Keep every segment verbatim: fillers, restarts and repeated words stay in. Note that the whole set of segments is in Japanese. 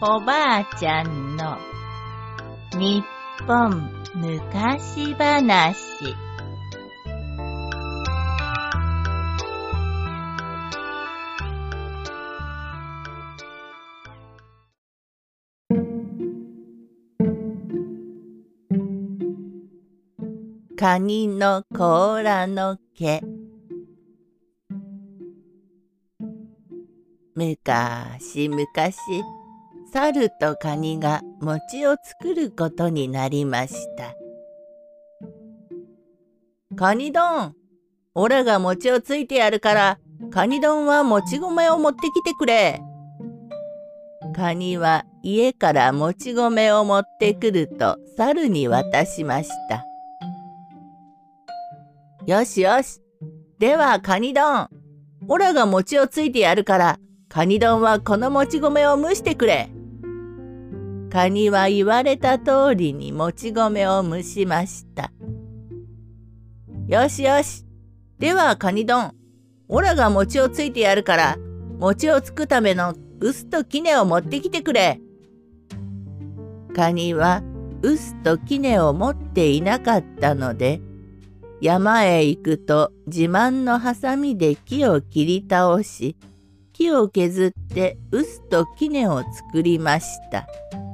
おばあちゃんの日本昔話。カニの甲羅の毛。むかしむかし、猿とカニが餅を作ることになりました。カニ丼、オラが餅をついてやるから、カニ丼はもち米を持ってきてくれ。カニは家からもち米を持ってくると猿に渡しました。よしよし。ではカニ丼、オラが餅をついてやるから、カニ丼はこのもち米を蒸してくれ。カニは言われた通りにもち米を蒸しました。よしよし。ではカニ丼、オラが餅をついてやるから、餅をつくための臼と杵を持ってきてくれ。カニは臼と杵を持っていなかったので、山へ行くと自慢のハサミで木を切り倒し、木を削って臼と杵を作りました。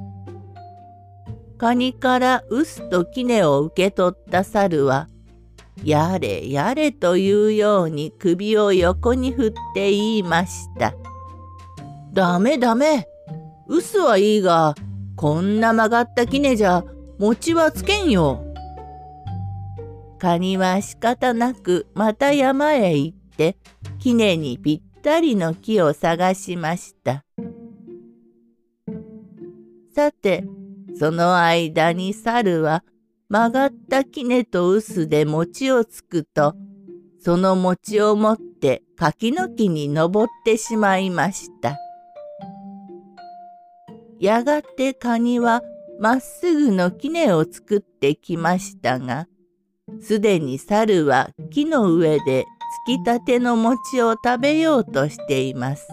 カニから臼と杵を受け取った猿は、やれやれというように首を横に振って言いました。ダメダメ。臼はいいが、こんな曲がった杵じゃ餅はつけんよ。カニは仕方なくまた山へ行って杵にぴったりの木を探しました。さて、その間に猿は曲がった杵と臼で餅をつくと、その餅を持って柿の木に登ってしまいました。やがてカニはまっすぐの杵を作ってきましたが、すでに猿は木の上でつきたての餅を食べようとしています。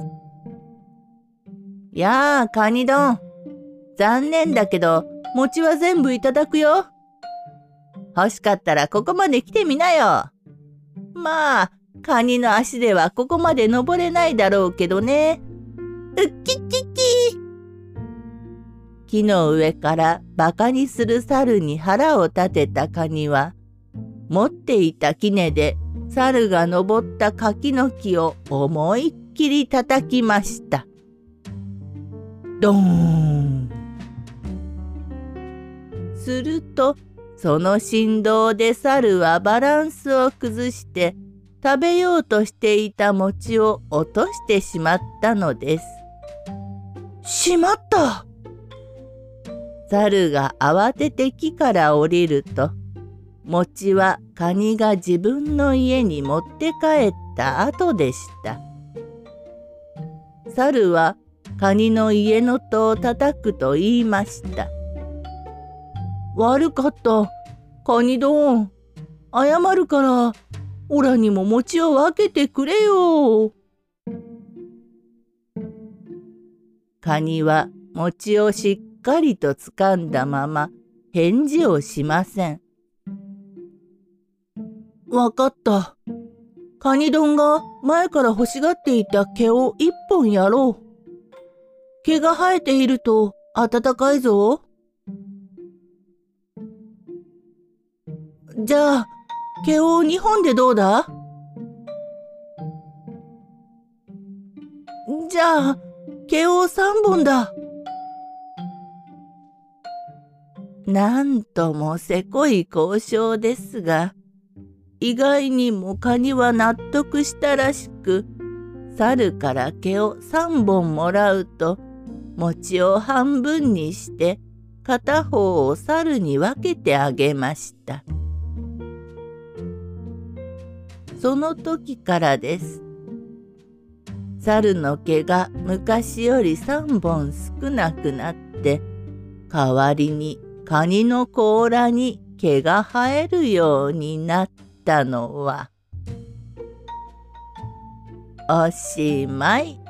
やあ、カニ丼。残念だけど、餅は全部いただくよ。欲しかったらここまで来てみなよ。まあ、カニの足ではここまで登れないだろうけどね。うっきっきっき。木の上からバカにする猿に腹を立てたカニは、持っていた杵で猿が登った柿の木を思いっきり叩きました。ドーン。するとその振動で猿はバランスを崩して食べようとしていた餅を落としてしまったのです。しまった！猿が慌てて木から降りると、餅はカニが自分の家に持って帰った後でした。猿はカニの家の戸を叩くと言いました。悪かった、カニ丼。謝るから、オラにも餅を分けてくれよ。カニは餅をしっかりとつかんだまま返事をしません。わかった。カニ丼が前から欲しがっていた毛を一本やろう。毛が生えていると暖かいぞ。じゃあ、毛を二本でどうだ？じゃあ、毛を三本だ。なんともせこい交渉ですが、意外にもカニは納得したらしく、猿から毛を三本もらうと、餅を半分にして片方を猿に分けてあげました。その時からです。猿の毛が昔より三本少なくなって、代わりにカニの甲羅に毛が生えるようになったのは、おしまい。